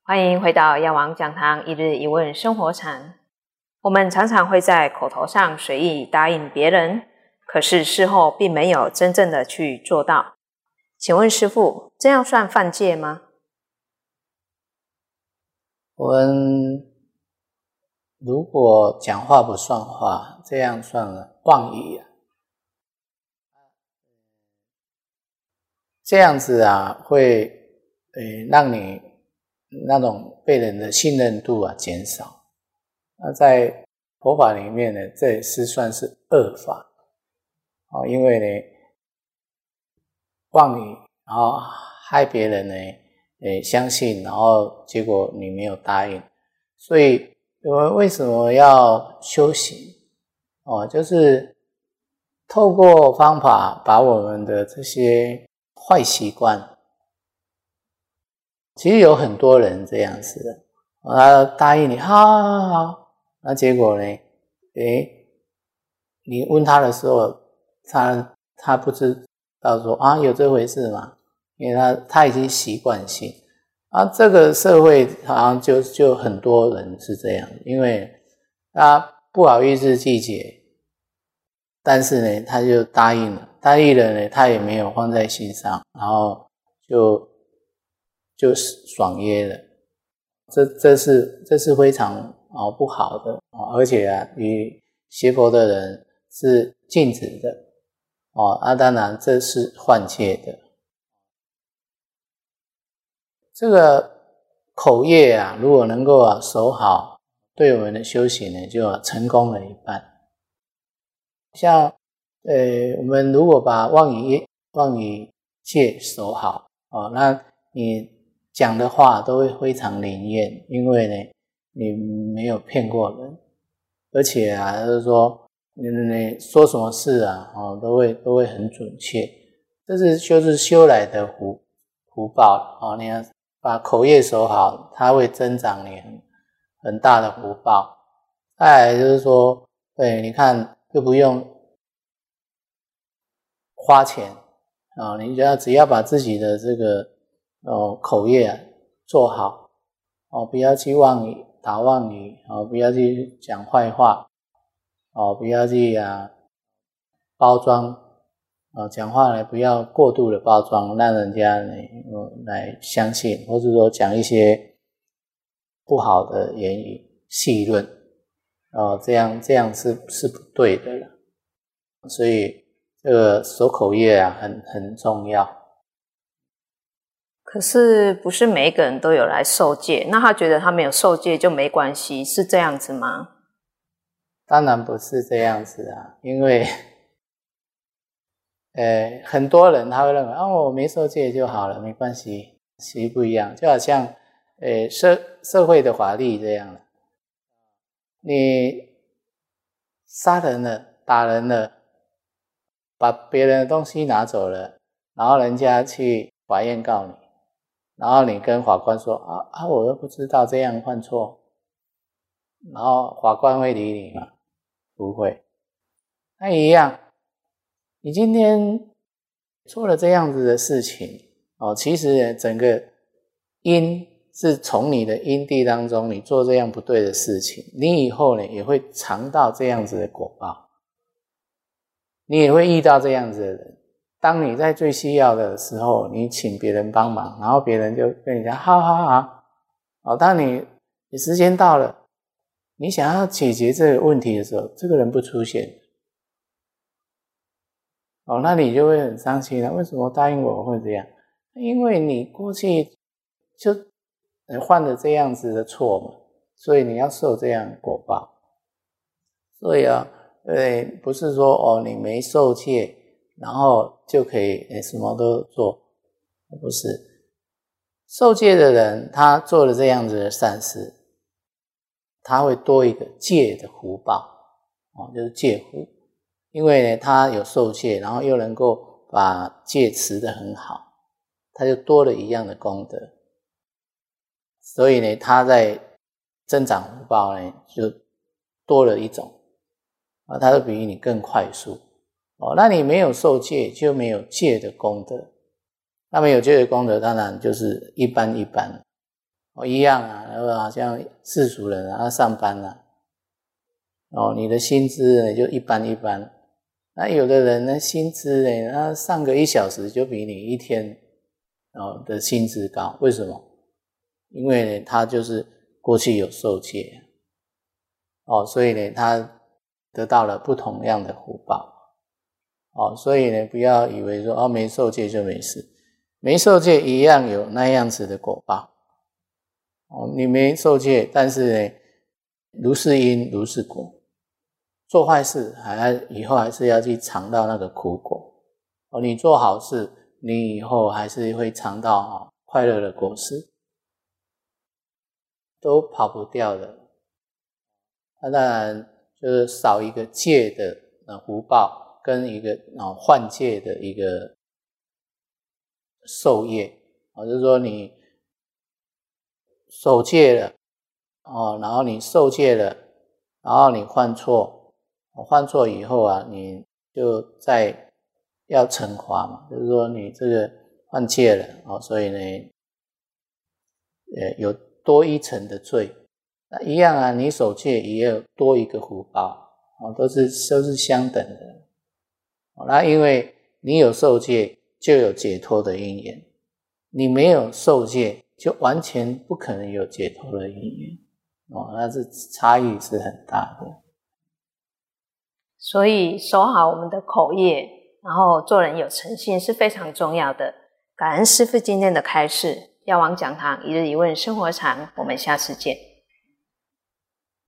欢迎回到药王讲堂一日一问生活禅。我们常常会在口头上随意答应别人，可是事后并没有真正的去做到。请问师父，这样算犯戒吗？ 我们如果讲话不算话，这样算妄语啊。这样子啊，会让你那种被人的信任度啊减少。那在佛法里面呢，这也是算是恶法因为呢妄语，然后害别人呢相信，然后结果你没有答应。所以我们为什么要修行就是透过方法把我们的这些坏习惯，其实有很多人这样子的，他答应你好，那结果呢你问他的时候，他不知道说有这回事嘛，因为他已经习惯性这个社会好像就很多人是这样，因为他不好意思拒绝，但是呢他就答应了呢他也没有放在心上，然后就爽约了。这是非常不好的而且与学佛的人是禁止的当然这是犯戒的。这个口业如果能够守好，对我们的修行呢就成功了一半。像我们如果把妄语戒守好那你讲的话都会非常灵验，因为呢你没有骗过人，而且就是说你说什么事都会很准确，这就是修来的福报你要把口业守好，它会增长你很大的福报。再来就是说你看就不用花钱你只要把自己的这个口业做好不要去打妄语不要去讲坏话不要去包装讲话呢不要过度的包装，让人家来相信，或是说讲一些不好的言语戏论这样是不对的了。所以这个守口业很重要。 可是不是每一个人都有来受戒，那他觉得他没有受戒就没关系，是这样子吗？ 当然不是这样子因为很多人他会认为我没受戒就好了，没关系，其实不一样。就好像社会的法律这样，你杀人了打人了，把别人的东西拿走了，然后人家去法院告你，然后你跟法官说我又不知道这样犯错，然后法官会理你吗？不会。那一样，你今天做了这样子的事情其实整个因是从你的因地当中你做这样不对的事情，你以后呢也会尝到这样子的果报，你也会遇到这样子的人。当你在最需要的时候，你请别人帮忙，然后别人就跟你讲好当你时间到了，你想要解决这个问题的时候，这个人不出现那你就会很伤心了。为什么答应我会这样？因为你过去就犯了这样子的错嘛，所以你要受这样的果报。所以不是说你没受戒然后就可以什么都做，不是。受戒的人他做了这样子的善事，他会多一个戒的福报就是戒福。因为呢他有受戒，然后又能够把戒持得很好，他就多了一样的功德，所以呢他在增长福报呢就多了一种他就比你更快速那你没有受戒就没有戒的功德，那没有戒的功德当然就是一般一样啊，好像世俗人啊，上班啊，你的薪资呢就一般一般。那有的人呢，薪资呢，他上个1小时就比你一天的薪资高，为什么？因为呢，他就是过去有受戒所以呢，他得到了不同样的福报所以呢，不要以为说没受戒就没事，没受戒一样有那样子的果报你没受戒，但是呢，如是因如是果，做坏事以后还是要去尝到那个苦果你做好事，你以后还是会尝到快乐的果实，都跑不掉的。那当然就是少一个戒的福报，跟一个换戒的一个受业就是说你守戒了然后你受戒了，然后你犯错，犯错以后啊，你就再要惩罚嘛，就是说你这个犯戒了所以呢，有多一层的罪。那一样啊，你守戒也有多一个福报都是相等的那因为你有受戒，就有解脱的因缘；你没有受戒，就完全不可能有解脱的因缘那是差异是很大的。 所以守好我们的口业，然后做人有诚信是非常重要的。感恩师父今天的开示，药王讲堂一日一问生活禅，我们下次见。